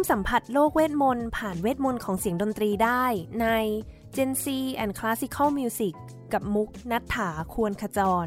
สัมผัสโลกเวทมนต์ผ่านเวทมนต์ของเสียงดนตรีได้ใน Gen Z and Classical Music กับมุกณัฐฐา ควรขจร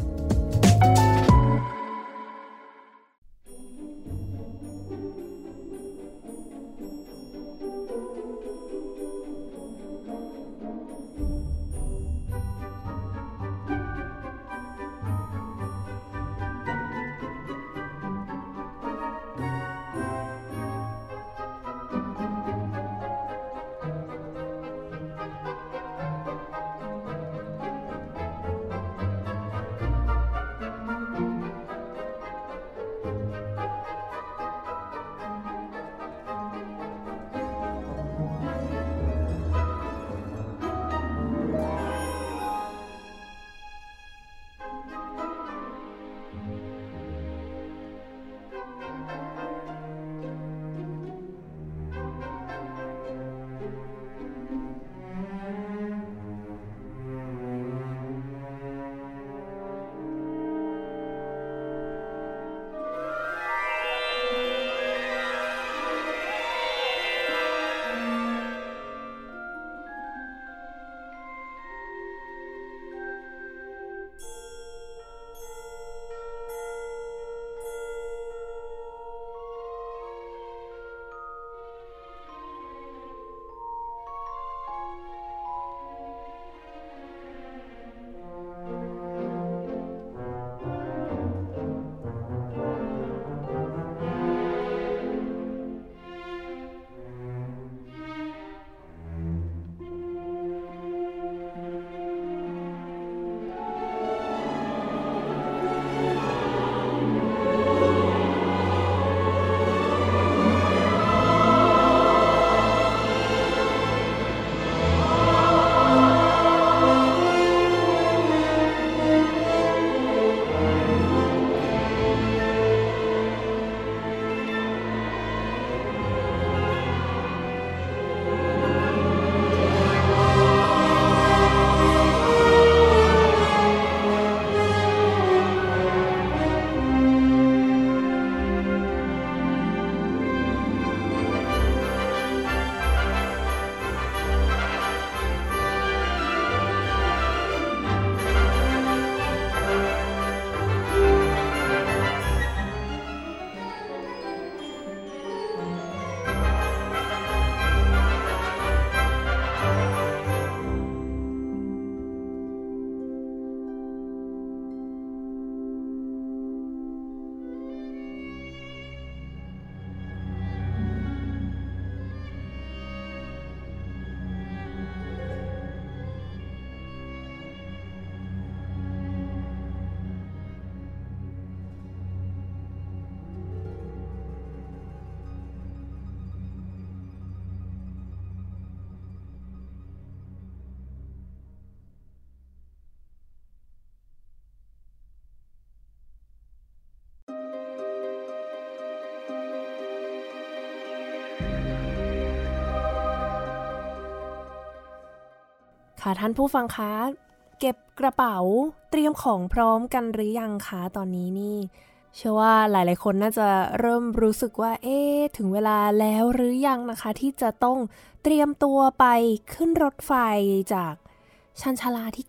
ค่ะท่านผู้ฟังคะเก็บกระเป๋าเตรียมของพร้อมกันหรือยังคะตอนนี้นี่เชื่อว่าหลายๆคนน่าจะเริ่มรู้สึกว่าถึงเวลาแล้วหรือยังนะคะที่จะต้องเตรียมตัวไปขึ้นรถไฟจากชานชาลาที่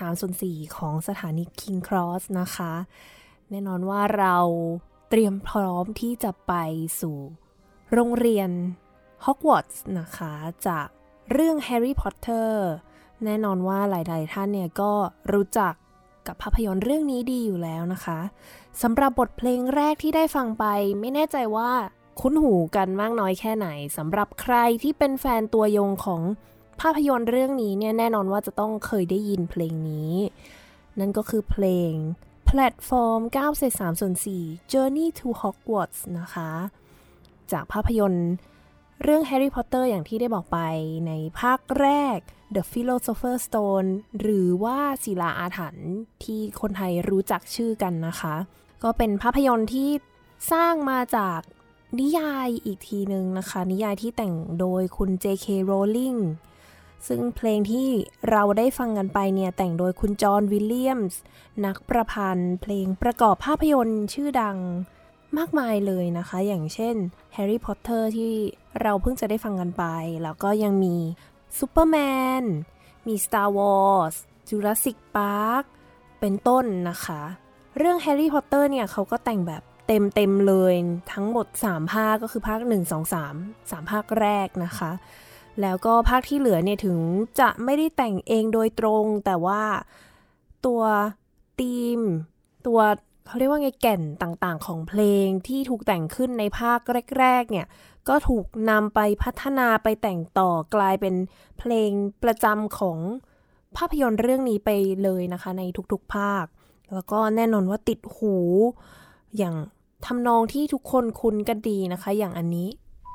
9/3/4ของสถานี King Cross นะคะแน่นอนว่าเราเตรียมพร้อมที่จะไปสู่โรงเรียนฮอกวอตส์นะคะจากเรื่อง Harry Potterแน่นอนว่าหลายๆท่านเนี่ยก็รู้จักกับภาพยนตร์เรื่องนี้ดีอยู่แล้วนะคะสำหรับบทเพลงแรกที่ได้ฟังไปไม่แน่ใจว่าคุ้นหูกันมากน้อยแค่ไหนสำหรับใครที่เป็นแฟนตัวยงของภาพยนตร์เรื่องนี้เนี่ยแน่นอนว่าจะต้องเคยได้ยินเพลงนี้นั่นก็คือเพลงแพลตฟอร์ม9/3/4 Journey to Hogwarts นะคะจากภาพยนตร์เรื่อง Harry Potter อย่างที่ได้บอกไปในภาคแรก The Philosopher's Stone หรือว่าศิลาอาถรรพ์ที่คนไทยรู้จักชื่อกันนะคะก็เป็นภาพยนตร์ที่สร้างมาจากนิยายอีกทีนึงนะคะนิยายที่แต่งโดยคุณ J.K. Rowling ซึ่งเพลงที่เราได้ฟังกันไปเนี่ยแต่งโดยคุณจอห์นวิลเลียมส์นักประพันธ์เพลงประกอบภาพยนตร์ชื่อดังมากมายเลยนะคะอย่างเช่น Harry Potter ที่เราเพิ่งจะได้ฟังกันไปแล้วก็ยังมี Superman มี Star Wars Jurassic Park เป็นต้นนะคะเรื่อง Harry Potter เนี่ยเขาก็แต่งแบบเต็มเลยทั้งหมด3ภาคก็คือภาค1 2 3ภาคแรกนะคะแล้วก็ภาคที่เหลือเนี่ยถึงจะไม่ได้แต่งเองโดยตรงแต่ว่าตัวธีมตัวเขาเรียกว่าไงแก่นต่างๆของเพลงที่ถูกแต่งขึ้นในภาคแรกๆเนี่ยก็ถูกนำไปพัฒนาไปแต่งต่อกลายเป็นเพลงประจำของภาพยนตร์เรื่องนี้ไปเลยนะคะในทุกๆภาคแล้วก็แน่นอนว่าติดหูอย่างทำนองที่ทุกคนคุ้นกันดีนะคะอย่างอันนี้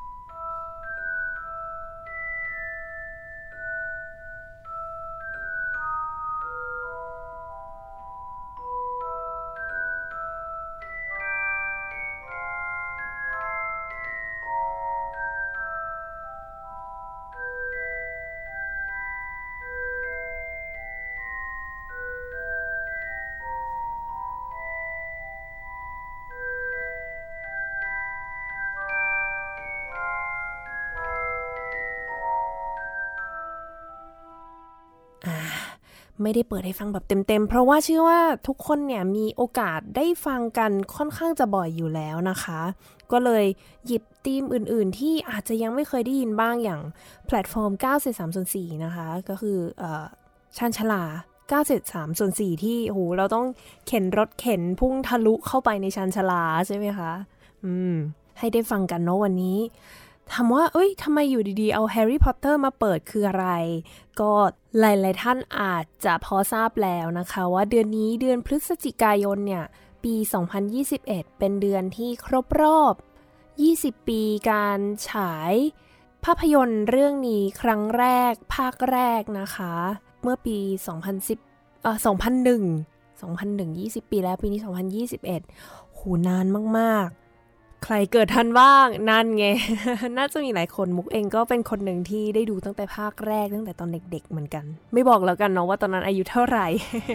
ไม่ได้เปิดให้ฟังแบบเต็มๆเพราะว่าเชื่อว่าทุกคนเนี่ยมีโอกาสได้ฟังกันค่อนข้างจะบ่อยอยู่แล้วนะคะก็เลยหยิบธีมอื่นๆที่อาจจะยังไม่เคยได้ยินบ้างอย่างแพลตฟอร์ม9/3/4นะคะก็คือชานชาลา9/3/4ที่โหเราต้องเข็นรถเข็นพุ่งทะลุเข้าไปในชานชาลาใช่ไหมคะให้ได้ฟังกันเนาะวันนี้ถามว่าทำไมอยู่ดีๆเอาแฮร์รี่พอตเตอร์มาเปิดคืออะไรก็หลายๆท่านอาจจะพอทราบแล้วนะคะว่าเดือนนี้เดือนพฤศจิกายนเนี่ยปี2021เป็นเดือนที่ครบรอบ20ปีการฉายภาพยนตร์เรื่องนี้ครั้งแรกภาคแรกนะคะเมื่อปี2001 20ปีแล้วปีนี้2021โหนานมากๆใครเกิดทันบ้างนั่นไง น่าจะมีหลายคนมุกเองก็เป็นคนหนึ่งที่ได้ดูตั้งแต่ภาคแรกตั้งแต่ตอนเด็กๆเหมือนกันไม่บอกแล้วกันเนาะว่าตอนนั้นอายุเท่าไหร่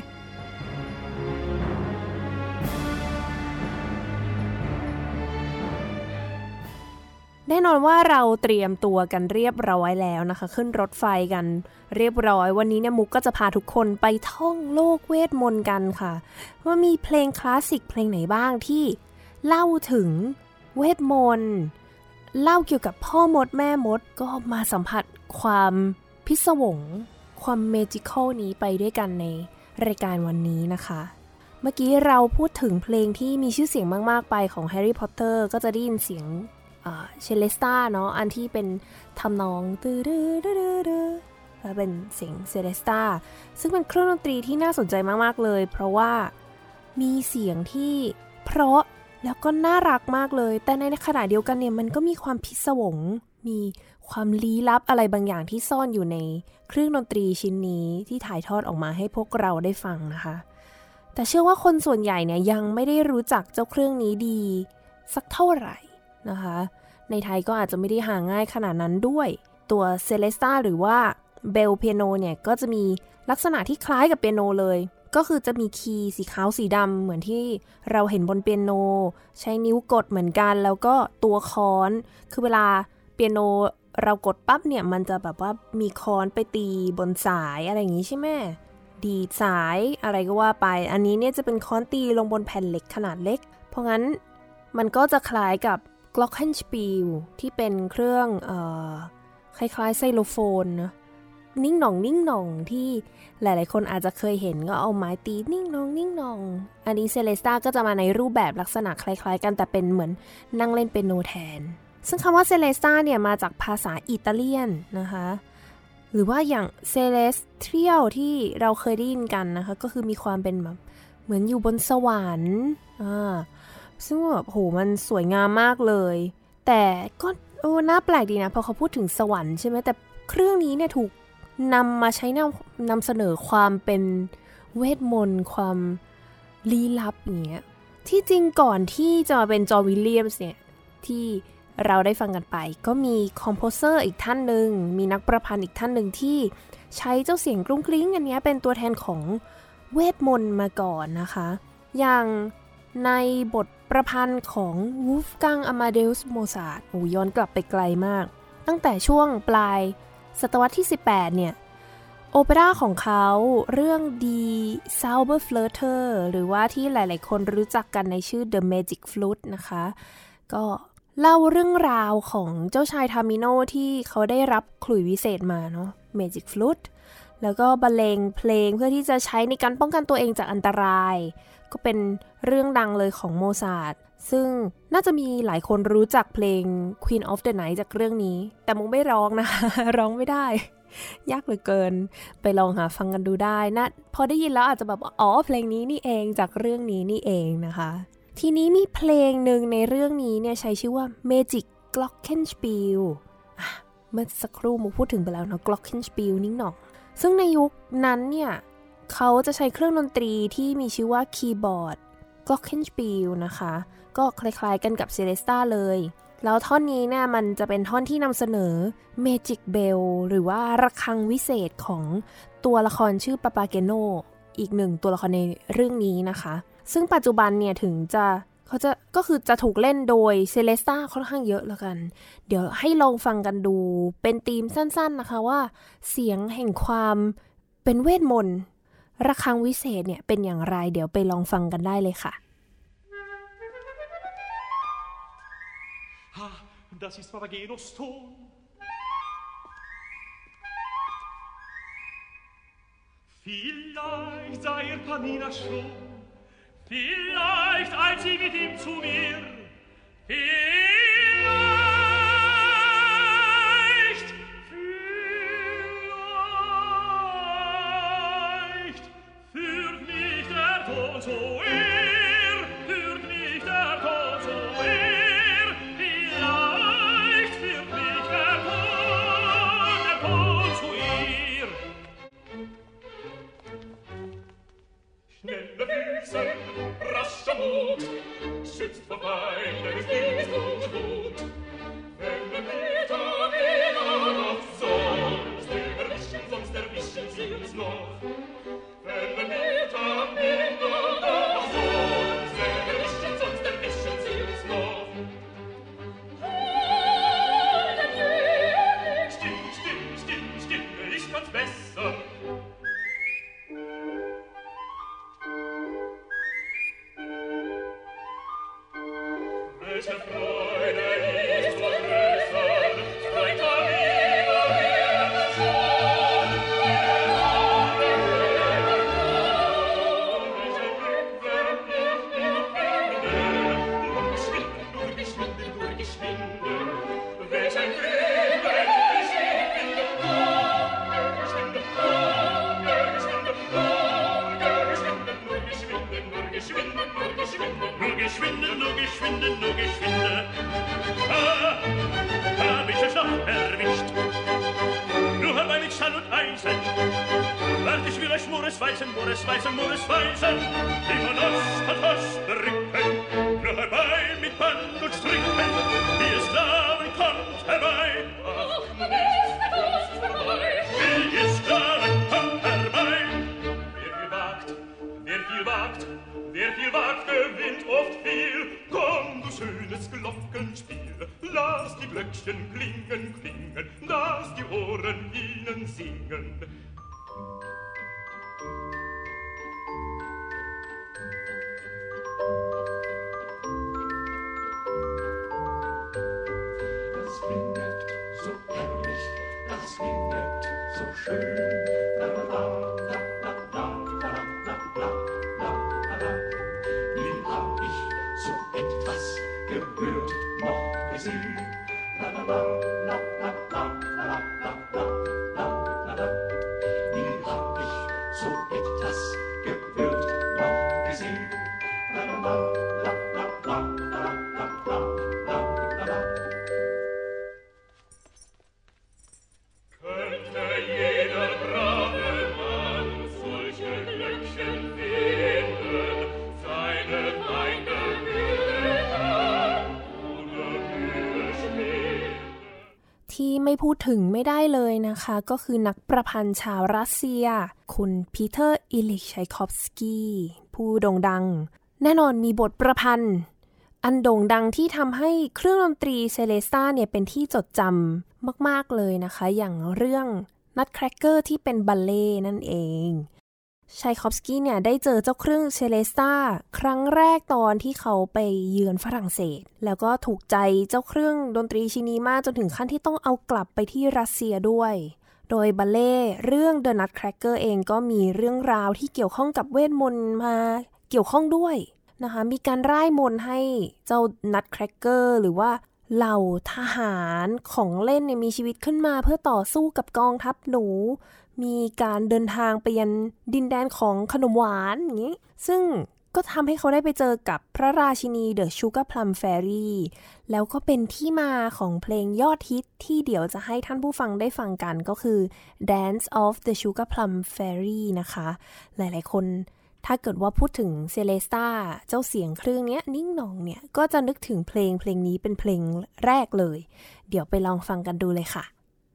แน่นอนว่าเราเตรียมตัวกันเรียบร้อยแล้วนะคะขึ้นรถไฟกันเรียบร้อยวันนี้เนี่ยมุกก็จะพาทุกคนไปท่องโลกเวทมนต์กันค่ะว่ามีเพลงคลาสสิกเพลงไหนบ้างที่เล่าถึงเวทมนต์เล่าเกี่ยวกับพ่อมดแม่มดก็มาสัมผัสความพิศวงความเมจิคอลนี้ไปด้วยกันในรายการวันนี้นะคะเมื่อกี้เราพูดถึงเพลงที่มีชื่อเสียงมากๆไปของแฮร์รี่พอตเตอร์ก็จะได้ยินเสียงเชเลสตาเนาะอันที่เป็นทำนองตื้อแล้วเป็นเสียงเชเลสตาซึ่งเป็นเครื่องดนตรีที่น่าสนใจมากๆเลยเพราะว่ามีเสียงที่เพราะแล้วก็น่ารักมากเลยแต่ในขณะเดียวกันเนี่ยมันก็มีความพิศวงมีความลี้ลับอะไรบางอย่างที่ซ่อนอยู่ในเครื่องดนตรีชิ้นนี้ที่ถ่ายทอดออกมาให้พวกเราได้ฟังนะคะแต่เชื่อว่าคนส่วนใหญ่เนี่ยยังไม่ได้รู้จักเจ้าเครื่องนี้ดีสักเท่าไหร่นะคะในไทยก็อาจจะไม่ได้หาง่ายขนาดนั้นด้วยตัวเซเลสตาหรือว่าเบลเปียโนเนี่ยก็จะมีลักษณะที่คล้ายกับเปียโนเลยก็คือจะมีคีย์สีขาวสีดำเหมือนที่เราเห็นบนเปียโนใช้นิ้วกดเหมือนกันแล้วก็ตัวค้อนคือเวลาเปียโนเรากดปั๊บเนี่ยมันจะแบบว่ามีค้อนไปตีบนสายอะไรอย่างนี้ใช่ไหมดีดสายอะไรก็ว่าไปอันนี้เนี่ยจะเป็นค้อนตีลงบนแผ่นเหล็กขนาดเล็กเพราะงั้นมันก็จะคล้ายกับGlockenspiel ที่เป็นเครื่องคล้ายๆไซโลโฟนนะนิ่งหน่องนิ่งหน่องที่หลายๆคนอาจจะเคยเห็นก็เอาไม้ตีนิ่งหน่องนิ่งหน่องอันนี้เซเลสตาก็จะมาในรูปแบบลักษณะคล้ายๆกันแต่เป็นเหมือนนั่งเล่นเปียโนแทนซึ่งคำว่าเซเลสตาเนี่ยมาจากภาษาอิตาเลียนนะคะหรือว่าอย่างเซเลสเทียลที่เราเคยได้ยินกันนะคะก็คือมีความเป็นแบบเหมือนอยู่บนสวรรค์ซึ่งแบบโหมันสวยงามมากเลยแต่ก็น่าแปลกดีนะพอเขาพูดถึงสวรรค์ใช่ไหมแต่เครื่องนี้เนี่ยถูกนำมาใช้นำเสนอความเป็นเวทมนต์ความลี้ลับอย่างเงี้ยที่จริงก่อนที่จะมาเป็นจอห์นวิลเลียมส์เนี่ยที่เราได้ฟังกันไปก็มีคอมโพเซอร์อีกท่านหนึ่งมีนักประพันธ์อีกท่านหนึ่งที่ใช้เจ้าเสียงกรุ้งกริ้งอันนี้เป็นตัวแทนของเวทมนต์มาก่อนนะคะอย่างในบทประพันธ์ของวูฟกัง อมาเดอุส โมซาร์ทย้อนกลับไปไกลมากตั้งแต่ช่วงปลายศตวรรษที่18เนี่ยโอเปร่าของเขาเรื่อง Die Zauberflöte หรือว่าที่หลายๆคนรู้จักกันในชื่อ The Magic Flute นะคะก็เล่าเรื่องราวของเจ้าชายทามิโนที่เขาได้รับขลุ่ยวิเศษมาเนาะ Magic Flute แล้วก็บรรเลงเพลงเพื่อที่จะใช้ในการป้องกันตัวเองจากอันตรายก็เป็นเรื่องดังเลยของโมซาร์ทซึ่งน่าจะมีหลายคนรู้จักเพลง Queen of the Night จากเรื่องนี้แต่มุกไม่ร้องนะ ร้องไม่ได้ยากเหลือเกินไปลองหาฟังกันดูได้นะพอได้ยินแล้วอาจจะแบบอ๋อเพลงนี้นี่เองจากเรื่องนี้นี่เองนะคะทีนี้มีเพลงหนึ่งในเรื่องนี้เนี่ยใช้ชื่อว่า Magic Glockenspiel เมื่อสักครู่มุกพูดถึงไปแล้วเนาะ Glockenspiel นิ่งหน่องซึ่งในยุคนั้นเนี่ยเขาจะใช้เครื่องดนตรีที่มีชื่อว่าคีย์บอร์ด Glockenspiel นะคะก็คล้ายๆกันกับ Celesta เลยแล้วท่อนนี้เนี่ยมันจะเป็นท่อนที่นำเสนอ Magic Bell หรือว่าระฆังวิเศษของตัวละครชื่อปาปาเกโนอีกหนึ่งตัวละครในเรื่องนี้นะคะซึ่งปัจจุบันเนี่ยถึงก็คือจะถูกเล่นโดย Celesta ค่อนข้างเยอะแล้วกันเดี๋ยวให้ลองฟังกันดูเป็นธีมสั้นๆนะคะว่าเสียงแห่งความเป็นเวทมนต์ระฆังวิเศษเนี่ยเป็นอย่างไรเดี๋ยวไปลองฟังกันได้เลยค่ะ Das ist Papagenos Ton. Vielleicht sei Pamina schon, vielleicht eilt sie mit ihm zu mir, vielleicht führt mich der Ton zu ihr, führt mich der Ton zu ihr. Rascher Mut schützt vor Feinden des Lebens und Blut. Wenn der Meter wieder noch sonst überwischen, sonst erwischen sie uns noch. Wenn der Meter wieder noch sonst überwischen, sonst erwischen sie uns noch. Stimmt, ich kann's besser. Welche Freude ist wohl größer, freut er lieber werden schon. Welcher Glück, wenn ich nicht finde, nur geschwinde. Welcher Glück, wenn ich nicht finde, nur geschwinde. Hab ich es noch erwischt. Nur herbei mit Schall und Eisen. Wart ich will euch Mures weisen. Immer das berücken. Nur herbei mit Band und Stricken. Wie es Sklaven kommt herbei. Ach, nicht etwas vorbei. Wie es Sklaven kommt herbei. Wer viel wagt, gewinnt oft viel. Komm, du schönes Glockenspiel, lass die Glöckchen klingen, lass die Ohren ihnen singen. Das klingt so herrlich, das klingt so schön. La la la la la la la la la la la. Nie hab ich so etwas gehört noch gesehen. La la la la la la la la la la la. Nie hab ich so etwas gehört noch gesehen. La la la la la la la la la la. Könnte jeder brave Mann solche Glöckchen finden, seine Feinde hüten oder Mühe spielen. ที่ไม่พูดถึงไม่ได้เลยนะคะก็คือนักประพันธ์ชาวรัสเซียคุณปีเตอร์ อิลิช ชัยคอฟสกี้ผู้โด่งดังแน่นอนมีบทประพันธ์อันโด่งดังที่ทำให้เครื่องดนตรีเซเลสตาเนี่ยเป็นที่จดจำมากๆเลยนะคะอย่างเรื่อง Nutcracker ที่เป็นบัลเล่นั่นเองชัยคอฟสกี้เนี่ยได้เจอเจ้าเครื่องเซเลสตาครั้งแรกตอนที่เขาไปเยือนฝรั่งเศสแล้วก็ถูกใจเจ้าเครื่องดนตรีชิ้นนี้มากจนถึงขั้นที่ต้องเอากลับไปที่รัสเซียด้วยโดยบัลเล่เรื่อง The Nutcracker เองก็มีเรื่องราวที่เกี่ยวข้องกับเวทมนต์มาเกี่ยวข้องด้วยนะคะมีการร่ายมนต์ให้เจ้า Nutcracker หรือว่าเหล่าทหารของเล่นเนี่ยมีชีวิตขึ้นมาเพื่อต่อสู้กับกองทัพหนูมีการเดินทางไปยังดินแดนของขนมหวานอย่างนี้ซึ่งก็ทำให้เขาได้ไปเจอกับพระราชินี The Sugar Plum Fairy แล้วก็เป็นที่มาของเพลงยอดฮิตที่เดี๋ยวจะให้ท่านผู้ฟังได้ฟังกันก็คือ Dance of the Sugar Plum Fairy นะคะหลายๆคนถ้าเกิดว่าพูดถึงเซเลสตาเจ้าเสียงเครื่องนี้นิ่งหน่องเนี่ยก็จะนึกถึงเพลงนี้เป็นเพลงแรกเลยเดี๋ยวไปลองฟังกันดูเลยค่ะ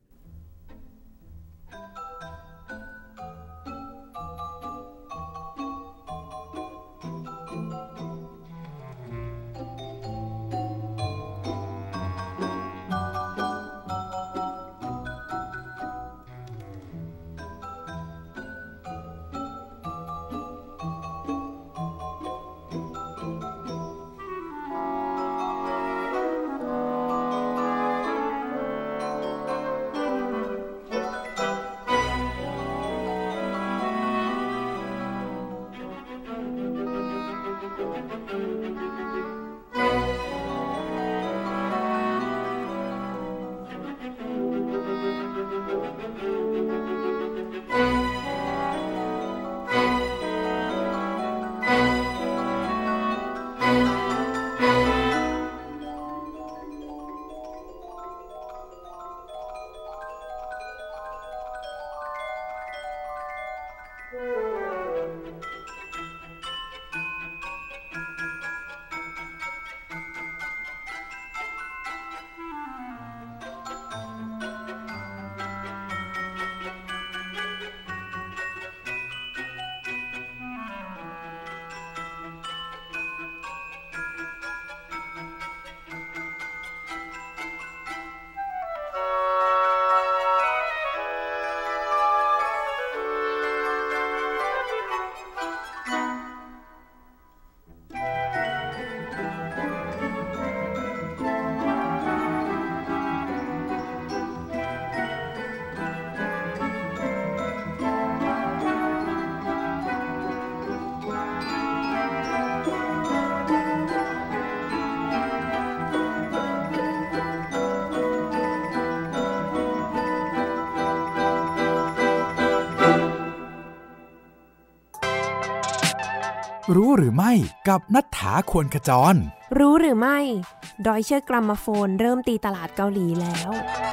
รู้หรือไม่กับณัฐฐา ควรขจรรู้หรือไม่ดอยเชอร์กรัมมาโฟนเริ่มตีตลาดเกาหลีแล้ว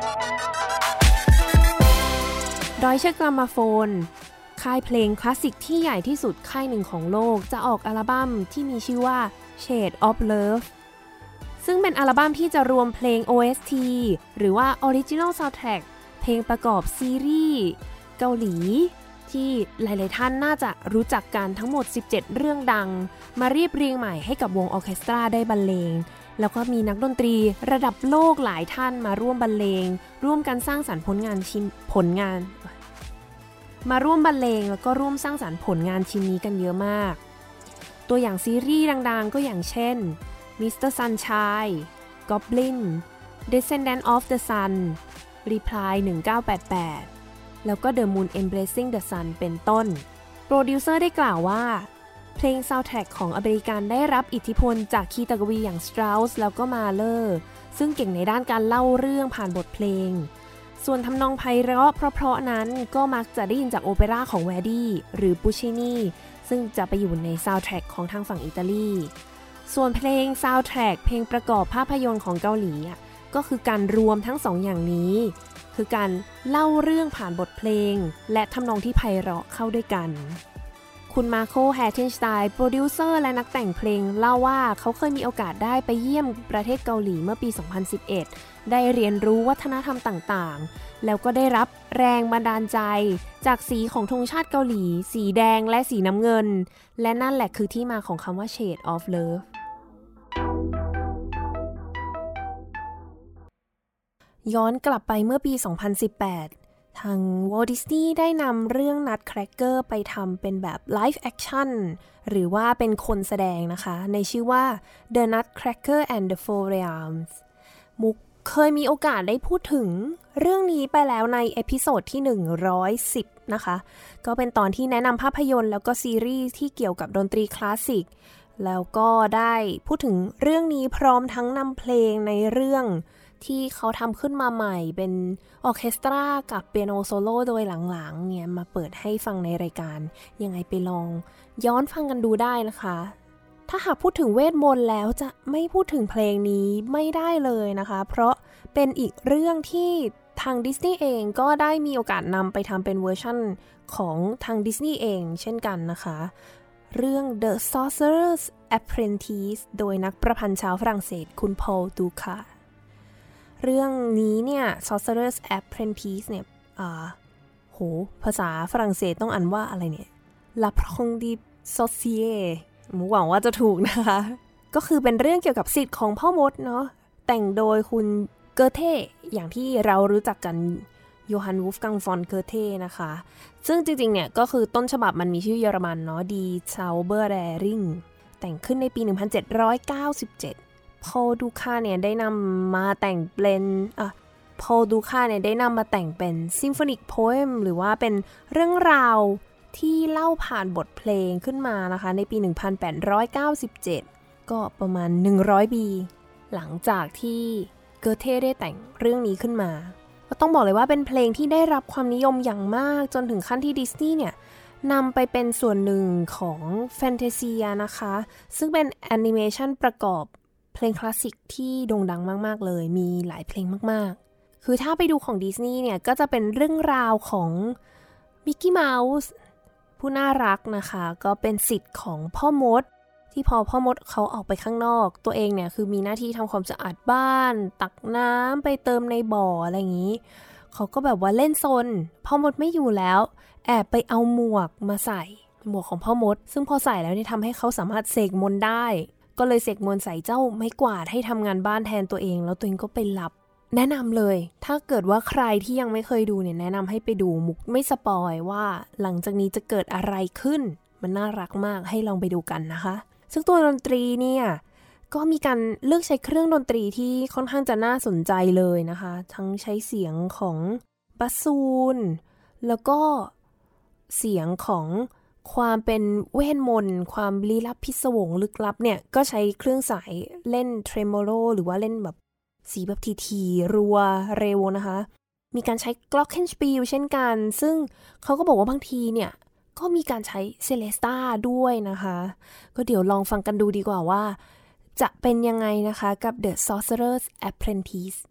ดอยเชอร์กรัมมาโฟนค่ายเพลงคลาสสิกที่ใหญ่ที่สุดค่ายหนึ่งของโลกจะออกอัลบั้มที่มีชื่อว่า Shade of Love ซึ่งเป็นอัลบั้มที่จะรวมเพลง OST หรือว่า Original Soundtrack เพลงประกอบซีรีส์เกาหลีที่หลายๆท่านน่าจะรู้จักกันทั้งหมด17เรื่องดังมาเรียบเรียงใหม่ให้กับวงออร์เคสตราได้บรรเลงแล้วก็มีนักดนตรีระดับโลกหลายท่านมาร่วมบรรเลงร่วมกันสร้างสรรค์ผลงานมาร่วมบรรเลงแล้วก็ร่วมสร้างสรรค์ผลงานชิ้นนี้กันเยอะมากตัวอย่างซีรีส์ดังๆก็อย่างเช่น Mr. Sunshine Goblin Descendant of the Sun Reply 1988แล้วก็ The Moon Embracing the Sun เป็นต้นโปรดิวเซอร์ได้กล่าวว่าเพลงซาวด์แทร็กของอเมริกันได้รับอิทธิพลจากคีตกวีอย่าง Strauss แล้วก็ Mahler ซึ่งเก่งในด้านการเล่าเรื่องผ่านบทเพลงส่วนทำนองไพเราะเพราะๆนั้นก็มักจะได้ยินจากโอเปร่าของแวร์ดีหรือปูชินีซึ่งจะไปอยู่ในซาวด์แทร็กของทางฝั่งอิตาลีส่วนเพลงซาวด์แทร็กเพลงประกอบภาพยนตร์ของเกาหลีก็คือการรวมทั้งสองอย่างนี้คือการเล่าเรื่องผ่านบทเพลงและทำนองที่ไพเราะเข้าด้วยกันคุคุณมาโค แฮร์เทนสไตน์โปรดิวเซอร์และนักแต่งเพลงเล่าว่าเขาเคยมีโอกาสได้ไปเยี่ยมประเทศเกาหลีเมื่อปี 2011 ได้เรียนรู้วัฒนธรรมต่างๆแล้วก็ได้รับแรงบันดาลใจจากสีของธงชาติเกาหลีสีแดงและสีน้ำเงินและนั่นแหละคือที่มาของคำว่า Shade of Loveย้อนกลับไปเมื่อปี 2018 ทาง Walt Disney ได้นำเรื่อง Nutcracker ไปทำเป็นแบบ Live Action หรือว่าเป็นคนแสดงนะคะในชื่อว่า The Nutcracker and the Four Realms มุกเคยมีโอกาสได้พูดถึงเรื่องนี้ไปแล้วในเอพิโซดที่110นะคะก็เป็นตอนที่แนะนำภาพยนตร์แล้วก็ซีรีส์ที่เกี่ยวกับดนตรีคลาสสิกแล้วก็ได้พูดถึงเรื่องนี้พร้อมทั้งนำเพลงในเรื่องที่เขาทำขึ้นมาใหม่เป็นออร์เคสตรากับเปียโนโซโล่โดยหลังๆเนี่ยมาเปิดให้ฟังในรายการยังไงไปลองย้อนฟังกันดูได้นะคะถ้าหากพูดถึงเวทมนต์แล้วจะไม่พูดถึงเพลงนี้ไม่ได้เลยนะคะเพราะเป็นอีกเรื่องที่ทางดิสนีย์เองก็ได้มีโอกาสนำไปทำเป็นเวอร์ชั่นของทางดิสนีย์เองเช่นกันนะคะเรื่อง The Sorcerer's Apprentice โดยนักประพันธ์ชาวฝรั่งเศสคุณพอล ดูคาเรื่องนี้เนี่ย Sorcerer's Apprentice เนี่ยภาษาฝรั่งเศสต้องอ่านว่าอะไรเนี่ย L'apprenti du sorcier หวังว่าจะถูกนะคะก็คือเป็นเรื่องเกี่ยวกับศิษย์ของพ่อมดเนาะแต่งโดยคุณเกอเธอย่างที่เรารู้จักกันโยฮัน วูฟกัง ฟอน เกอเธนะคะซึ่งจริงๆเนี่ยก็คือต้นฉบับมันมีชื่อเยอรมันเนาะ Die Zauberlehrling แต่งขึ้นในปี 1797พอล ดูคาเนี่ยได้นำมาแต่งเป็นพอล ดูคาเนี่ยได้นำมาแต่งเป็นซิมโฟนิกโพเอมหรือว่าเป็นเรื่องราวที่เล่าผ่านบทเพลงขึ้นมานะคะในปี 1897 ก็ประมาณ100 ปีหลังจากที่เกอเธได้แต่งเรื่องนี้ขึ้นมาก็ต้องบอกเลยว่าเป็นเพลงที่ได้รับความนิยมอย่างมากจนถึงขั้นที่ดิสนีย์เนี่ยนำไปเป็นส่วนหนึ่งของแฟนตาเซียนะคะซึ่งเป็นแอนิเมชันประกอบเพลงคลาสสิกที่โด่งดังมากๆเลยมีหลายเพลงมากๆคือถ้าไปดูของดิสนีย์เนี่ยก็จะเป็นเรื่องราวของมิกกี้เมาส์ผู้น่ารักนะคะก็เป็นศิษย์ของพ่อมดที่พอพ่อมดเขาออกไปข้างนอกตัวเองเนี่ยคือมีหน้าที่ทำความสะอาดบ้านตักน้ำไปเติมในบ่ออะไรอย่างนี้เขาก็แบบว่าเล่นซนพ่อมดไม่อยู่แล้วแอบไปเอาหมวกมาใส่หมวกของพ่อมดซึ่งพอใส่แล้วเนี่ยทำให้เขาสามารถเสกมนต์ได้ก็เลยเสกมนต์ใส่เจ้าไม้กวาดให้ทำงานบ้านแทนตัวเองแล้วตัวเองก็ไปหลับแนะนำเลยถ้าเกิดว่าใครที่ยังไม่เคยดูเนี่ยแนะนำให้ไปดูมุกไม่สปอยว่าหลังจากนี้จะเกิดอะไรขึ้นมันน่ารักมากให้ลองไปดูกันนะคะซึ่งตัวดนตรีเนี่ยก็มีการเลือกใช้เครื่องดนตรีที่ค่อนข้างจะน่าสนใจเลยนะคะทั้งใช้เสียงของบาซูนแล้วก็เสียงของความเป็นเวทมนต์ความลี้ลับพิศวงลึกลับเนี่ยก็ใช้เครื่องสายเล่นเทรโมโลหรือว่าเล่นแบบสีแบบทีๆรัวเร็วนะคะมีการใช้กล็อกเคนสปีลเช่นกันซึ่งเขาก็บอกว่าบางทีเนี่ยก็มีการใช้เซเลสตาด้วยนะคะก็เดี๋ยวลองฟังกันดูดีกว่าว่าจะเป็นยังไงนะคะกับ The Sorcerer's Apprentice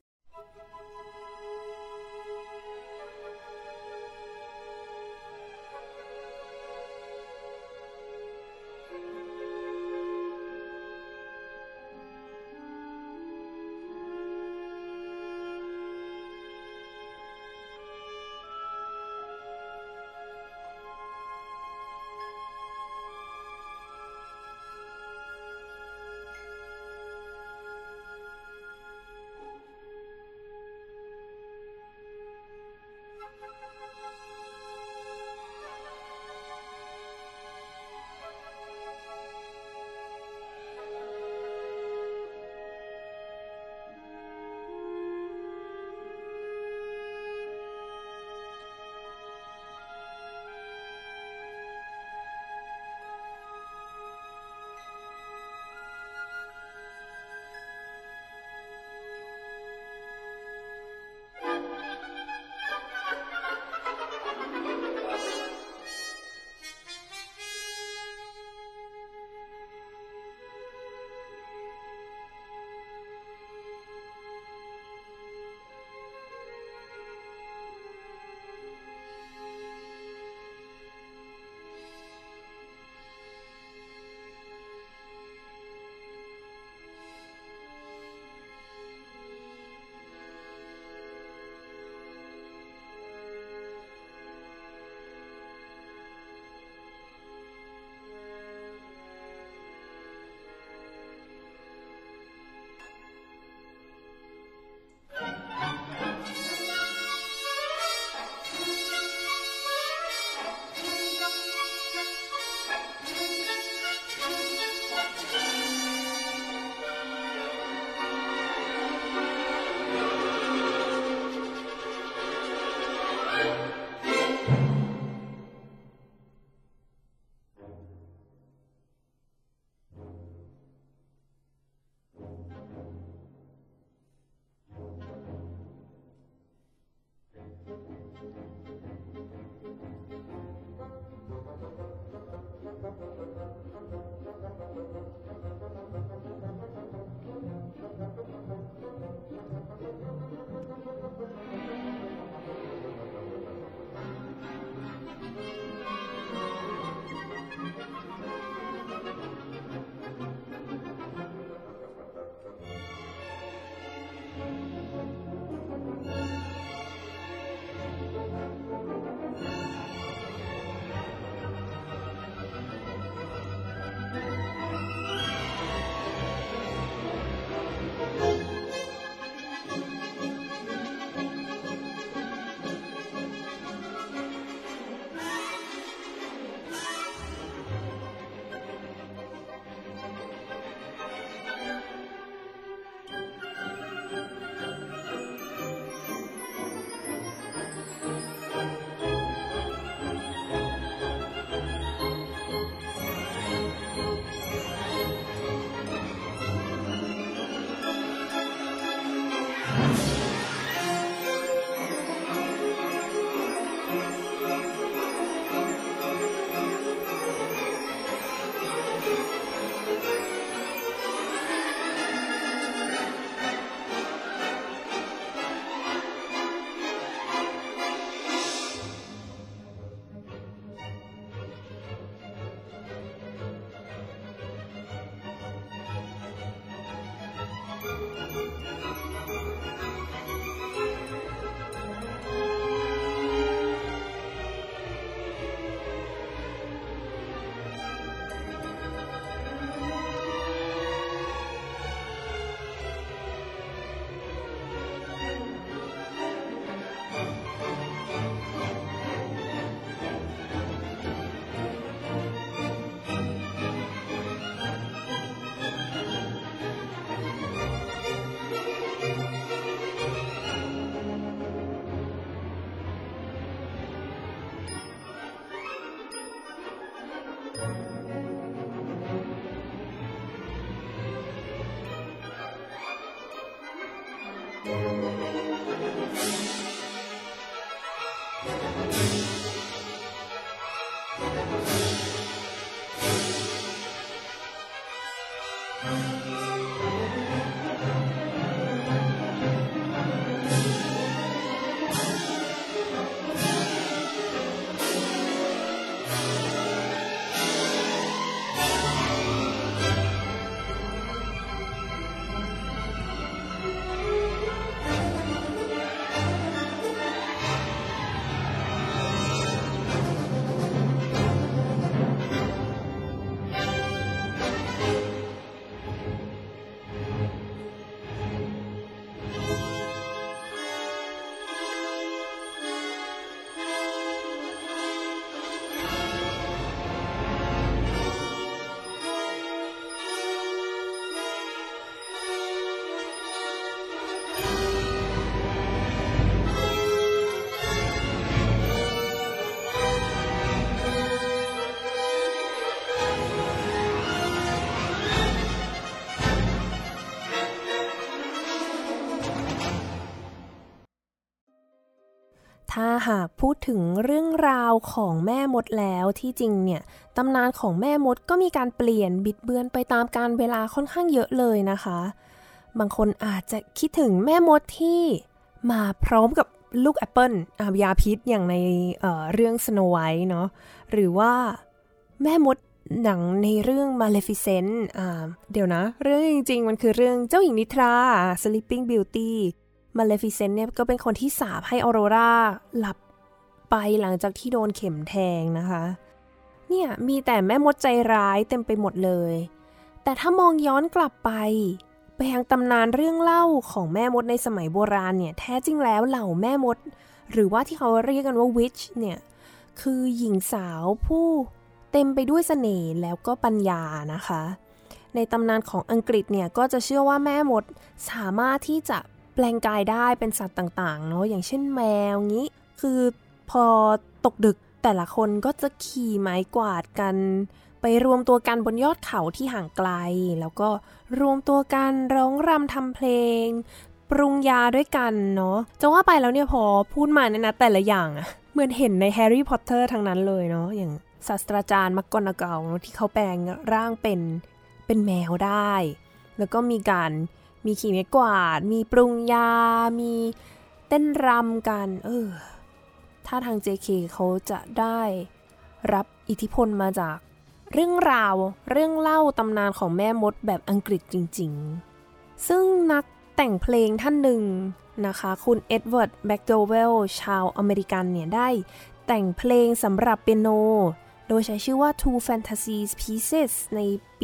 ถ้าหากพูดถึงเรื่องราวของแม่มดแล้วที่จริงเนี่ยตำนานของแม่มดก็มีการเปลี่ยนบิดเบือนไปตามกาลเวลาค่อนข้างเยอะเลยนะคะบางคนอาจจะคิดถึงแม่มดที่มาพร้อมกับลูกแอปเปิลยาพิษอย่างในเรื่อง Snow White เนาะหรือว่าแม่มดหนังในเรื่อง Maleficent เดี๋ยวนะเรื่องจริงๆมันคือเรื่องเจ้าหญิงนิทรา Sleeping Beauty Maleficent เนี่ยก็เป็นคนที่สาปให้ออโรราหลับไปหลังจากที่โดนเข็มแทงนะคะเนี่ยมีแต่แม่มดใจร้ายเต็มไปหมดเลยแต่ถ้ามองย้อนกลับไปยังตำนานเรื่องเล่าของแม่มดในสมัยโบราณเนี่ยแท้จริงแล้วเหล่าแม่มดหรือว่าที่เขาเรียกกันว่า Witch เนี่ยคือหญิงสาวผู้เต็มไปด้วยเสน่ห์แล้วก็ปัญญานะคะในตำนานของอังกฤษเนี่ยก็จะเชื่อว่าแม่มดสามารถที่จะแปลงกายได้เป็นสัตว์ต่างๆเนาะอย่างเช่นแมวงี้คือพอตกดึกแต่ละคนก็จะขี่ไม้กวาดกันไปรวมตัวกันบนยอดเขาที่ห่างไกลแล้วก็รวมตัวกันร้องรำทำเพลงปรุงยาด้วยกันเนาะจะว่าไปแล้วเนี่ยพอพูดมาเนี่ยนะแต่ละอย่างอะเหมือนเห็นในแฮร์รี่พอตเตอร์ทั้งนั้นเลยเนาะอย่างศาสตราจารย์มักกอนาเกลที่เขาแปลงร่างเป็นแมวได้แล้วก็มีขี่ไม้กวาดมีปรุงยามีเต้นรำกันถ้าทาง JK เขาจะได้รับอิทธิพลมาจากเรื่องราวเรื่องเล่าตำนานของแม่มดแบบอังกฤษจริงๆซึ่งนักแต่งเพลงท่านหนึ่งนะคะคุณเอ็ดเวิร์ดแบ็คโดเวลชาวอเมริกันเนี่ยได้แต่งเพลงสำหรับเปียโนโดยใช้ชื่อว่า Two Fantasies Pieces ในปี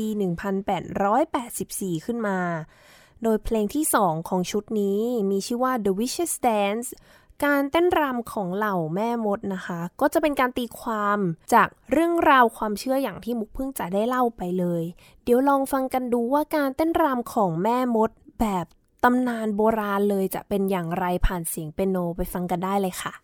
1884 ขึ้นมาโดยเพลงที่2ของชุดนี้มีชื่อว่า The Witch's Dance การเต้นรำของเหล่าแม่มดนะคะก็จะเป็นการตีความจากเรื่องราวความเชื่ออย่างที่มุกเพิ่งจะได้เล่าไปเลยเดี๋ยวลองฟังกันดูว่าการเต้นรำของแม่มดแบบตำนานโบราณเลยจะเป็นอย่างไรผ่านเสียงเปียโนไปฟังกันได้เลยค่ะ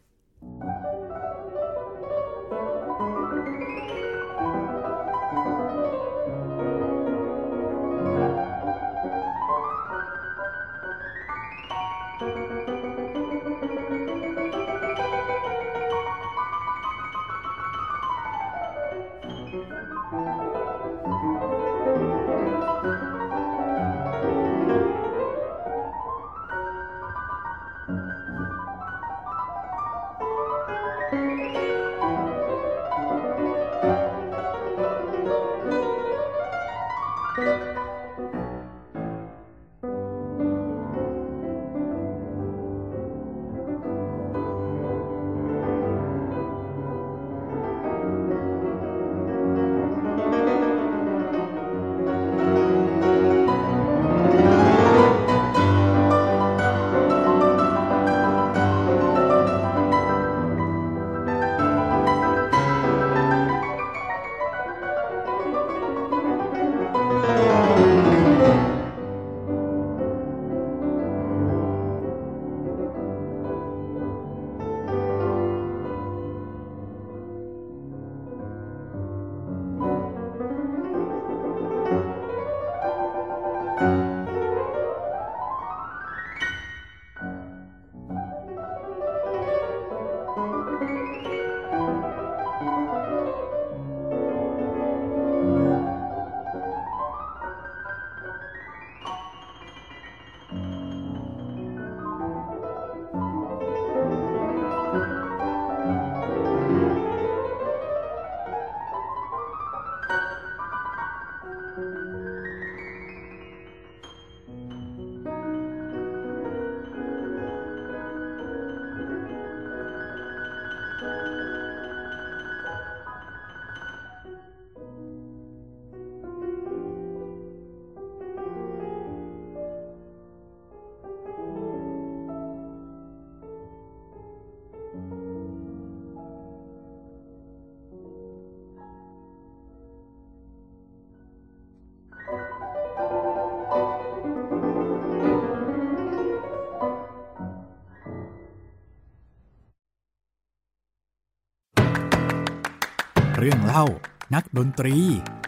เรื่องเล่านักดนตรี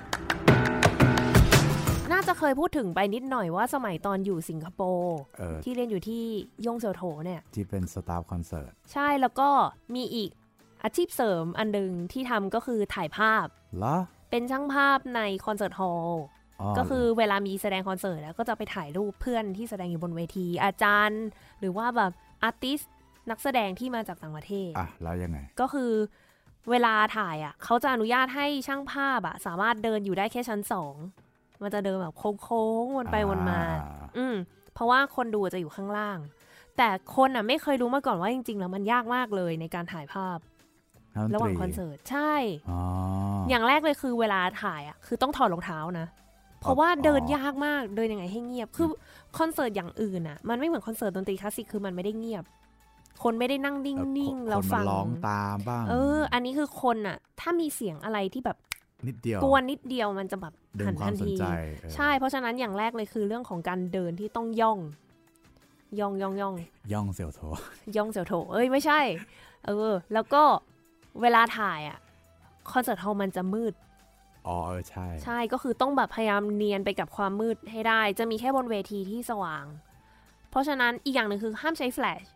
น่าจะเคยพูดถึงไปนิดหน่อยว่าสมัยตอนอยู่สิงคโปร์ที่เรียนอยู่ที่ยงเซี่ยวโถเนี่ยที่เป็นสตาฟคอนเสิร์ตใช่แล้วก็มีอีกอาชีพเสริมอันนึงที่ทำก็คือถ่ายภาพเหรอเป็นช่างภาพในคอนเสิร์ตฮอลล์ก็คือเวลามีแสดงคอนเสิร์ตแล้วก็จะไปถ่ายรูปเพื่อนที่แสดงอยู่บนเวทีอาจารย์หรือว่าแบบอาร์ติสต์นักแสดงที่มาจากต่างประเทศแล้วยังไงก็คือเวลาถ่ายเขาจะอนุญาตให้ช่างภาพสามารถเดินอยู่ได้แค่ชั้น2มันจะเดินแบบโค้งๆวนไปวนมาเพราะว่าคนดูจะอยู่ข้างล่างแต่คนไม่เคยรู้มาก่อนว่าจริงๆแล้วมันยากมากเลยในการถ่ายภาพระหว่างคอนเสิร์ตใช่อย่างแรกเลยคือเวลาถ่ายคือต้องถอดรองเท้านะเพราะว่าเดินยากมากเดินยังไงให้เงียบคือคอนเสิร์ตอย่างอื่นมันไม่เหมือนคอนเสิร์ตดนตรีคลาสสิกคือมันไม่ได้เงียบคนไม่ได้นั่งนิ่งๆแล้วฟังร้องตามบ้างอันนี้คือคนถ้ามีเสียงอะไรที่แบบนิดเดียวกวนนิดเดียวมันจะแบบหันทันทีใช่เพราะฉะนั้นอย่างแรกเลยคือเรื่องของการเดินที่ต้องย่องเสี่ยวโถย่องเสี่ยวโถไม่ใช่แล้วก็เวลาถ่ายคอนเสิร์ตฮอลล์มันจะมืดใช่ก็คือต้องแบบพยายามเนียนไปกับความมืดให้ได้จะมีแค่บนเวทีที่สว่างเพราะฉะนั้นอีกอย่างหนึ่งคือห้ามใช้แฟลช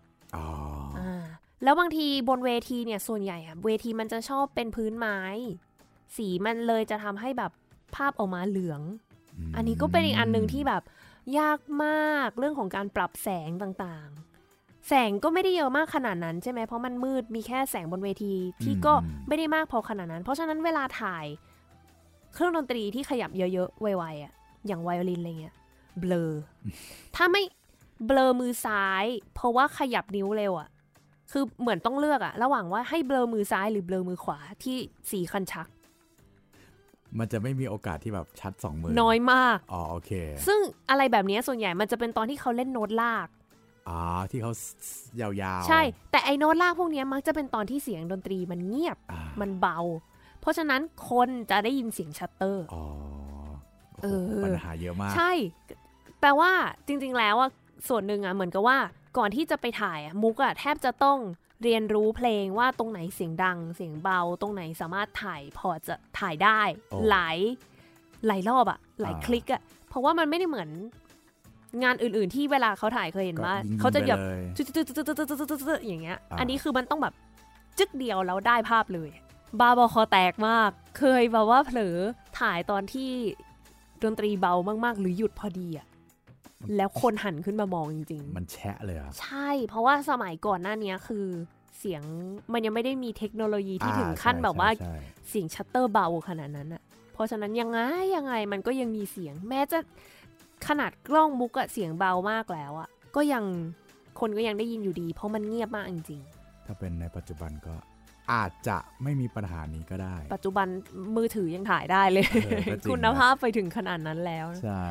แล้วบางทีบนเวทีเนี่ยส่วนใหญ่เวทีมันจะชอบเป็นพื้นไม้สีมันเลยจะทำให้แบบภาพออกมาเหลืองอันนี้ก็เป็นอีกอันนึงที่แบบยากมากเรื่องของการปรับแสงต่างๆแสงก็ไม่ได้เยอะมากขนาดนั้นใช่ไหมเพราะมันมืดมีแค่แสงบนเวทีที่ก็ไม่ได้มากพอขนาดนั้นเพราะฉะนั้นเวลาถ่ายเครื่องดนตรีที่ขยับเยอะๆไวๆอย่างไวโอลินอะไรเงี้ยเบลอถ้าไม่เบลอมือซ้ายเพราะว่าขยับนิ้วเร็วคือเหมือนต้องเลือกระหว่างว่าให้เบลอมือซ้ายหรือเบลอมือขวาที่สีคันชักมันจะไม่มีโอกาสที่แบบชัด2มือน้อยมากโอเคซึ่งอะไรแบบนี้ส่วนใหญ่มันจะเป็นตอนที่เขาเล่นโน้ตลากที่เขายาวๆใช่แต่ไอโน้ตลากพวกนี้มักจะเป็นตอนที่เสียงดนตรีมันเงียบมันเบาเพราะฉะนั้นคนจะได้ยินเสียงชัตเตอร์ปัญหาเยอะมากใช่แปลว่าจริงๆแล้วส่วนหนึ่งเหมือนกับว่าก่อนที่จะไปถ่ายมุกแทบจะต้องเรียนรู้เพลงว่าตรงไหนเสียงดังเสียงเบาตรงไหนสามารถถ่ายพอจะถ่ายได้หลายรอบหลายคลิกเพราะว่ามันไม่ได้เหมือนงานอื่นๆที่เวลาเขาถ่ายเคยเห็นว่าเขาจะแบบอย่างเงี้ยอันนี้คือมันต้องแบบจึ๊กเดียวแล้วได้ภาพเลยบาบอคอแตกมากเคยแบบว่าเผลอถ่ายตอนที่ดนตรีเบามากๆหรือหยุดพอดีแล้วคนหันขึ้นมามองจริงๆมันแชะเลยใช่เพราะว่าสมัยก่อนหน้านี้คือเสียงมันยังไม่ได้มีเทคโนโลยีที่ถึงขั้นแบบว่าเสียงชัตเตอร์เบาขนาดนั้นเพราะฉะนั้นยังไงมันก็ยังมีเสียงแม้จะขนาดกล้องมุกเสียงเบามากแล้วก็ยังคนก็ยังได้ยินอยู่ดีเพราะมันเงียบมากจริงๆถ้าเป็นในปัจจุบันก็อาจจะไม่มีปัญหานี้ก็ได้ปัจจุบันมือถือยังถ่ายได้เลย คุณภาพไปถึงขนาดนั้นแล้วใช่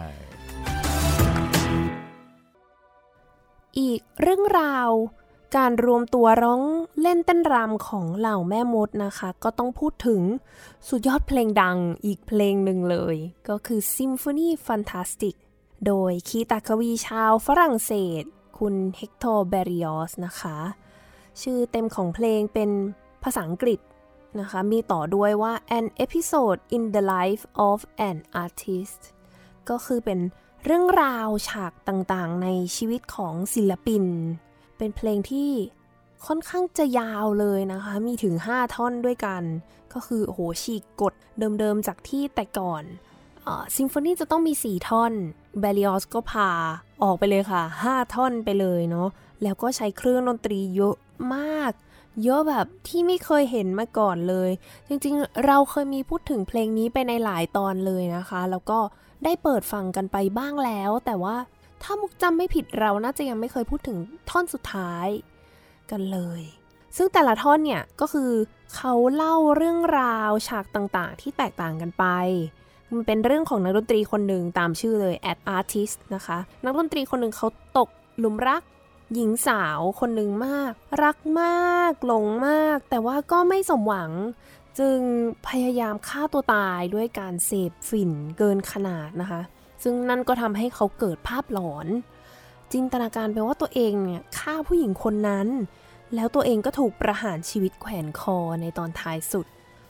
อีกเรื่องราวการรวมตัวร้องเล่นเต้นรำของเหล่าแม่มดนะคะก็ต้องพูดถึงสุดยอดเพลงดังอีกเพลงหนึ่งเลยก็คือ Symphonie Fantastique โดยคีตากวีชาวฝรั่งเศสคุณเฮกโตร์ เบริออสนะคะชื่อเต็มของเพลงเป็นภาษาอังกฤษนะคะมีต่อด้วยว่า An episode in the life of an artist ก็คือเป็นเรื่องราวฉากต่างๆในชีวิตของศิลปินเป็นเพลงที่ค่อนข้างจะยาวเลยนะคะมีถึง5ท่อนด้วยกันก็คือโอ้โหฉีกกฎเดิมๆจากที่แต่ก่อนซิมโฟนีจะต้องมี4ท่อนเบริออสก็พาออกไปเลยค่ะ5ท่อนไปเลยเนาะแล้วก็ใช้เครื่องดนตรีเยอะมากเยอะแบบที่ไม่เคยเห็นมาก่อนเลยจริงๆเราเคยมีพูดถึงเพลงนี้ไปในหลายตอนเลยนะคะแล้วก็ได้เปิดฟังกันไปบ้างแล้วแต่ว่าถ้ามุกจำไม่ผิดเราน่าจะยังไม่เคยพูดถึงท่อนสุดท้ายกันเลยซึ่งแต่ละท่อนเนี่ยก็คือเขาเล่าเรื่องราวฉากต่างๆที่แตกต่างกันไปมันเป็นเรื่องของนักดนตรีคนหนึ่งตามชื่อเลย An Artist นะคะนักดนตรีคนหนึ่งเขาตกหลุมรักหญิงสาวคนหนึ่งมากรักมากหลงมากแต่ว่าก็ไม่สมหวังจึงพยายามฆ่าตัวตายด้วยการเสพฝิ่นเกินขนาดนะคะซึ่งนั่นก็ทำให้เขาเกิดภาพหลอนจินตนาการไปว่าตัวเองเนี่ยฆ่าผู้หญิงคนนั้นแล้วตัวเองก็ถูกประหารชีวิตแขวนคอในตอนท้ายสุด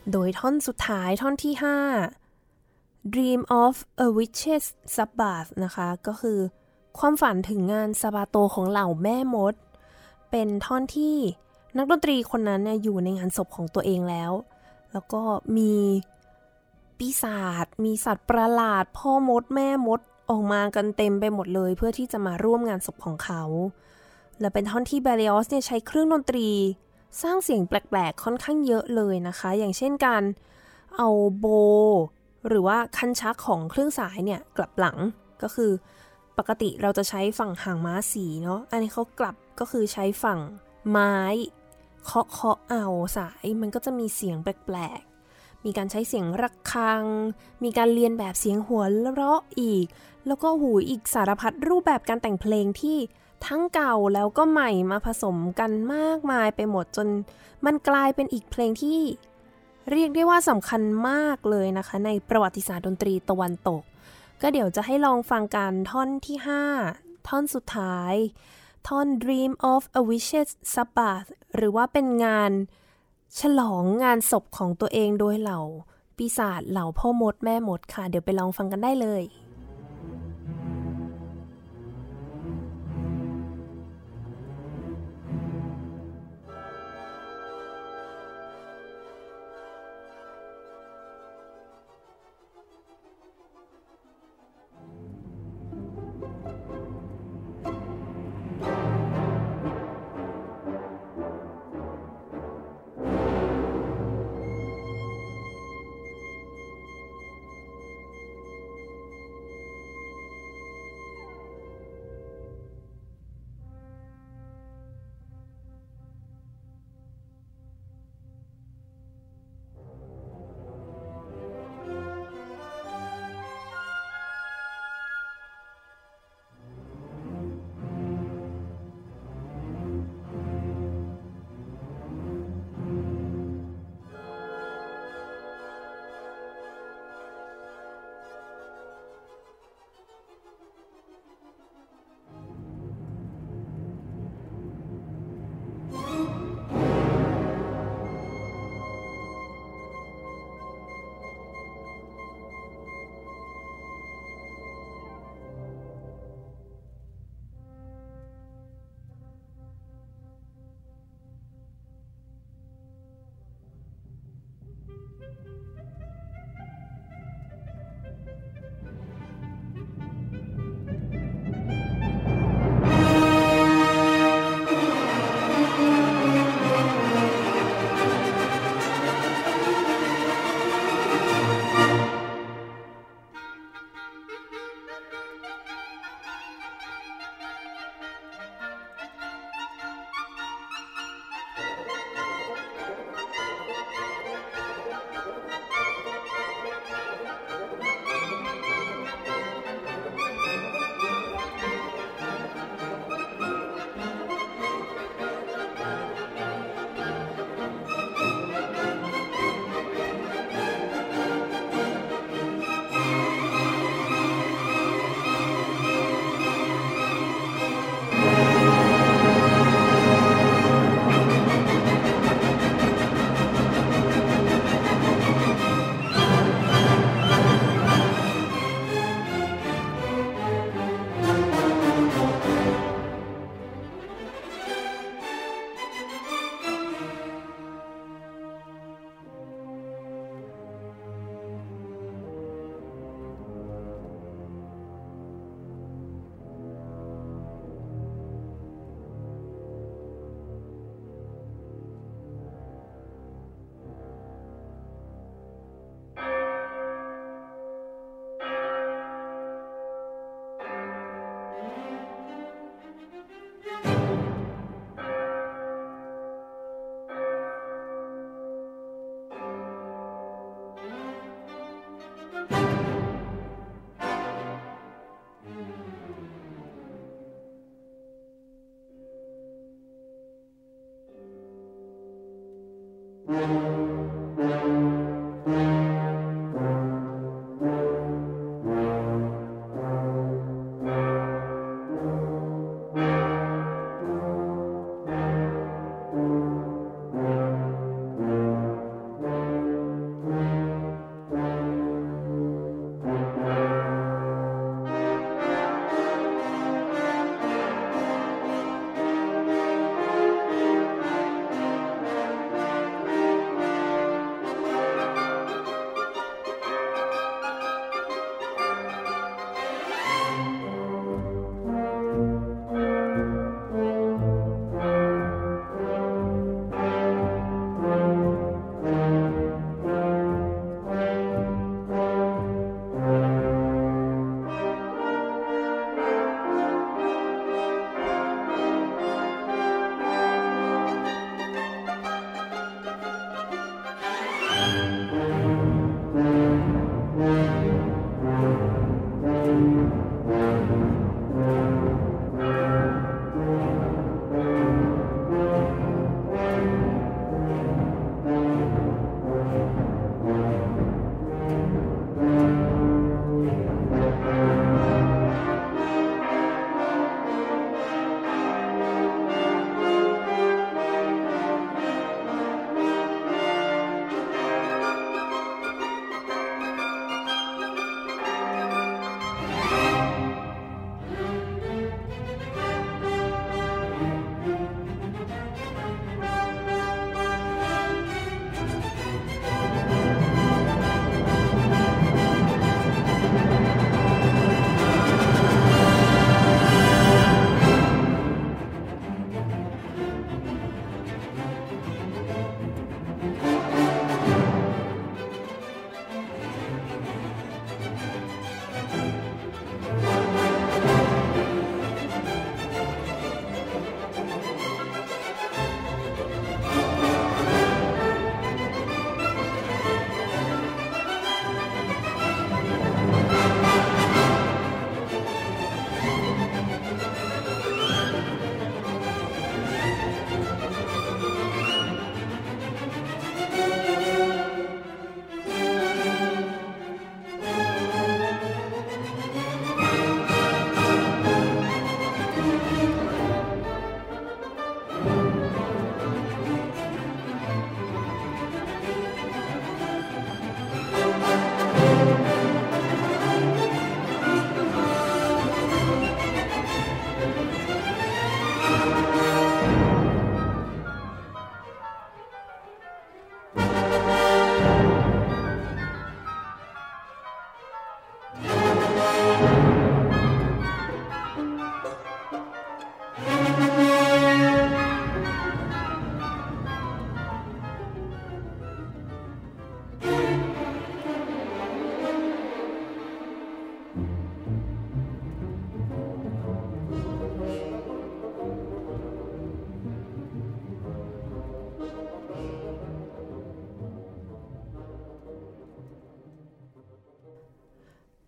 โดยท่อนสุดท้ายท่อนที่5 Dream of a Witch's Sabbath นะคะก็คือความฝันถึงงานซาบาโตของเหล่าแม่มดเป็นท่อนที่นักดนตรีคนนั้นเนี่ยอยู่ในงานศพของตัวเองแล้วก็มีปีศาจมีสัตว์ประหลาดพ่อมดแม่มดออกมากันเต็มไปหมดเลยเพื่อที่จะมาร่วมงานศพของเขาและเป็นท่อนที่เบลิออสเนี่ยใช้เครื่องดนตรีสร้างเสียงแปลกๆค่อนข้างเยอะเลยนะคะอย่างเช่นการเอาโบหรือว่าคันชักของเครื่องสายเนี่ยกลับหลังก็คือปกติเราจะใช้ฝั่งหางม้าสีเนาะอันนี้เขากลับก็คือใช้ฝั่งไม้เคาะเอาสายมันก็จะมีเสียงแปลกๆมีการใช้เสียงระฆังมีการเรียนแบบเสียงหัวเราะอีกแล้วก็อีกสารพัดรูปแบบการแต่งเพลงที่ทั้งเก่าแล้วก็ใหม่มาผสมกันมากมายไปหมดจนมันกลายเป็นอีกเพลงที่เรียกได้ว่าสำคัญมากเลยนะคะในประวัติศาสตร์ดนตรีตะวันตกก็เดี๋ยวจะให้ลองฟังกันท่อนที่5ท่อนสุดท้ายท่อน Dream of a Witch's Sabbath หรือว่าเป็นงานฉลองงานศพของตัวเองโดยเหล่าปีศาจเหล่าพ่อมดแม่มดค่ะเดี๋ยวไปลองฟังกันได้เลย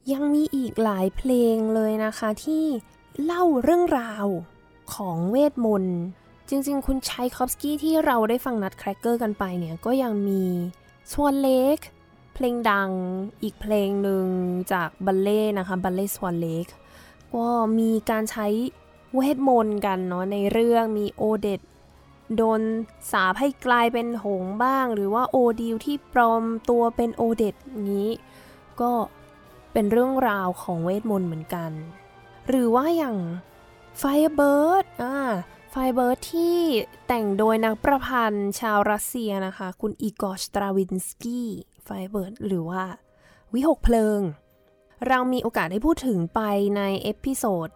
ยังมีอีกหลายเพลงเลยนะคะที่เล่าเรื่องราวของเวทมนต์จริงๆคุณชัยคอฟสกี้ที่เราได้ฟังนัทแครกเกอร์กันไปเนี่ยก็ยังมีสวอนเลคเพลงดังอีกเพลงหนึ่งจากบัลเล่นะคะบัลเล่สวอนเลคก็มีการใช้เวทมนต์กันเนาะในเรื่องมีโอเดตโดนสาปให้กลายเป็นหงส์บ้างหรือว่าโอดิลที่ปลอมตัวเป็นโอเดตนี้ก็เป็นเรื่องราวของเวทมนต์เหมือนกันหรือว่าอย่าง Firebird Firebird ที่แต่งโดยนักประพันธ์ชาวรัสเซียนะคะคุณอีกอร์ สตราวินสกี้ Firebird หรือว่าวิหกเพลิงเรามีโอกาสได้พูดถึงไปในเอพิโซด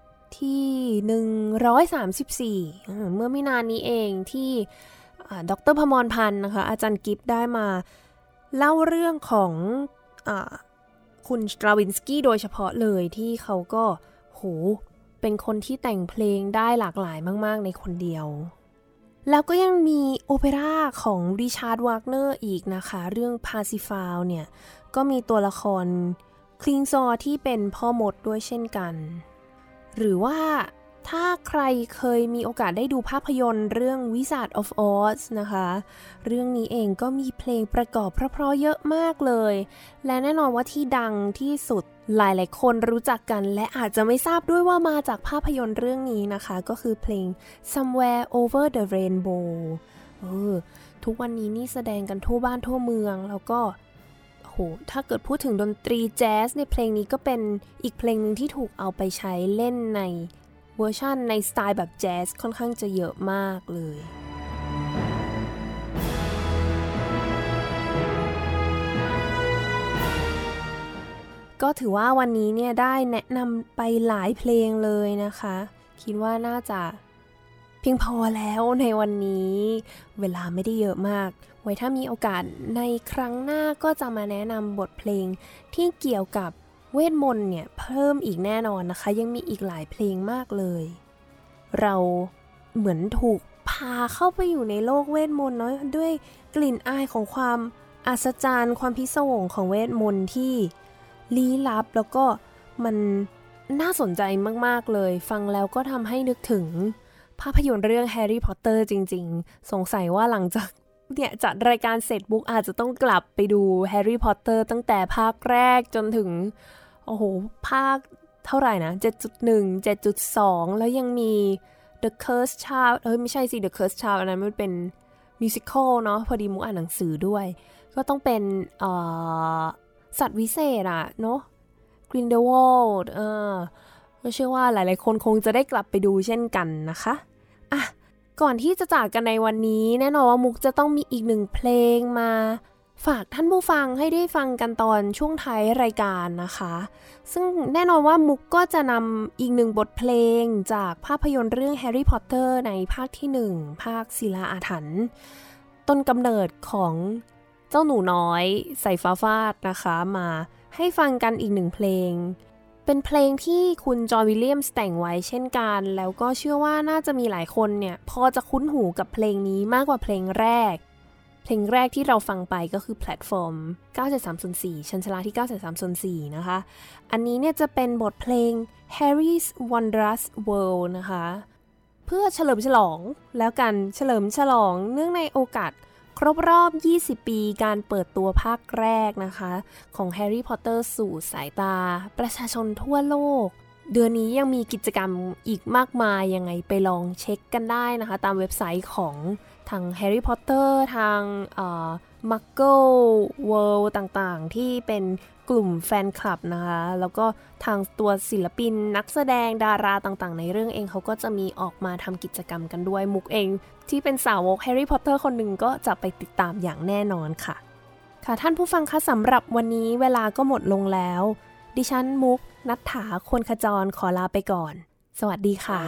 ที่134เมื่อไม่นานนี้เองที่ดร.พมรพันธ์นะคะอาจารย์กิฟต์ได้มาเล่าเรื่องของคุณสตราวินสกี้โดยเฉพาะเลยที่เขาก็เป็นคนที่แต่งเพลงได้หลากหลายมากๆในคนเดียวแล้วก็ยังมีโอเปร่าของริชาร์ด วากเนอร์อีกนะคะเรื่องพาซิฟาวเนี่ยก็มีตัวละครคลิงซอร์ที่เป็นพ่อมดด้วยเช่นกันหรือว่าถ้าใครเคยมีโอกาสได้ดูภาพยนตร์เรื่อง Wizard of Oz นะคะเรื่องนี้เองก็มีเพลงประกอบเพราะๆเยอะมากเลยและแน่นอนว่าที่ดังที่สุดหลายๆคนรู้จักกันและอาจจะไม่ทราบด้วยว่ามาจากภาพยนตร์เรื่องนี้นะคะก็คือเพลง Somewhere Over the Rainbow ทุกวันนี้นี่แสดงกันทั่วบ้านทั่วเมืองแล้วก็ถ้าเกิดพูดถึงดนตรีแจ๊สในเพลงนี้ก็เป็นอีกเพลงนึงที่ถูกเอาไปใช้เล่นในเวอร์ชันในสไตล์แบบแจ๊สค่อนข้างจะเยอะมากเลยก็ถือว่าวันนี้เนี่ยได้แนะนำไปหลายเพลงเลยนะคะคิดว่าน่าจะเพียงพอแล้วในวันนี้เวลาไม่ได้เยอะมากไว้ถ้ามีโอกาสในครั้งหน้าก็จะมาแนะนำบทเพลงที่เกี่ยวกับเวทมนต์เนี่ยเพิ่มอีกแน่นอนนะคะยังมีอีกหลายเพลงมากเลยเราเหมือนถูกพาเข้าไปอยู่ในโลกเวทมนต์เนาะด้วยกลิ่นอายของความอัศจรรย์ความพิศวงของเวทมนต์ที่ลี้ลับแล้วก็มันน่าสนใจมากๆเลยฟังแล้วก็ทำให้นึกถึงภาพยนตร์เรื่องแฮร์รี่พอตเตอร์จริงๆสงสัยว่าหลังจากเนี่ยจัดรายการเสร็จบุ๊กอาจจะต้องกลับไปดูแฮร์รี่พอตเตอร์ตั้งแต่ภาคแรกจนถึงภาคเท่าไหร่นะ 7.1 7.2 แล้วยังมี The Cursed Child ไม่ใช่สิ The Cursed Child อันนั้นมันเป็นมิวสิคัลเนาะพอดีมุกอ่านหนังสือด้วยก็ต้องเป็นสัตว์วิเศษเนาะ Grindelwald ก็เชื่อว่าหลายๆคนคงจะได้กลับไปดูเช่นกันนะคะก่อนที่จะจากกันในวันนี้แน่นอนว่ามุกจะต้องมีอีกหนึ่งเพลงมาฝากท่านผู้ฟังให้ได้ฟังกันตอนช่วงท้ายรายการนะคะซึ่งแน่นอนว่ามุกก็จะนำอีกหนึ่งบทเพลงจากภาพยนตร์เรื่องแฮร์รี่พอตเตอร์ในภาคที่1ภาคศิลาอาถรรพ์ต้นกำเนิดของเจ้าหนูน้อยใส่ฟ้าฟาดนะคะมาให้ฟังกันอีกหนึ่งเพลงเป็นเพลงที่คุณจอห์นวิลเลียมส์แต่งไว้เช่นกันแล้วก็เชื่อว่าน่าจะมีหลายคนเนี่ยพอจะคุ้นหูกับเพลงนี้มากกว่าเพลงแรกที่เราฟังไปก็คือแพลตฟอร์ม 97304 ชันชาลาที่ 97304 นะคะอันนี้เนี่ยจะเป็นบทเพลง Harry's Wondrous World นะคะเพื่อเฉลิมฉลองแล้วกันเฉลิมฉลองเนื่องในโอกาสครบรอบ20ปีการเปิดตัวภาคแรกนะคะของแฮร์รี่พอตเตอร์สู่สายตาประชาชนทั่วโลกเดือนนี้ยังมีกิจกรรมอีกมากมายยังไงไปลองเช็คกันได้นะคะตามเว็บไซต์ของทางแฮร์รี่พอตเตอร์ทางMuggle World ต่างๆที่เป็นกลุ่มแฟนคลับนะคะแล้วก็ทางตัวศิลปินนักแสดงดาราต่างๆในเรื่องเองเขาก็จะมีออกมาทำกิจกรรมกันด้วยมุกเองที่เป็นสาวกแฮร์รี่พอตเตอร์คนหนึ่งก็จะไปติดตามอย่างแน่นอนค่ะท่านผู้ฟังคะสำหรับวันนี้เวลาก็หมดลงแล้วดิฉันมุกณัฐฐา ควรขจรขอลาไปก่อนสวัสดีค่ะ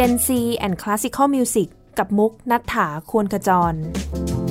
Gen Z and Classical Music กับมุกณัฐฐา ควรขจร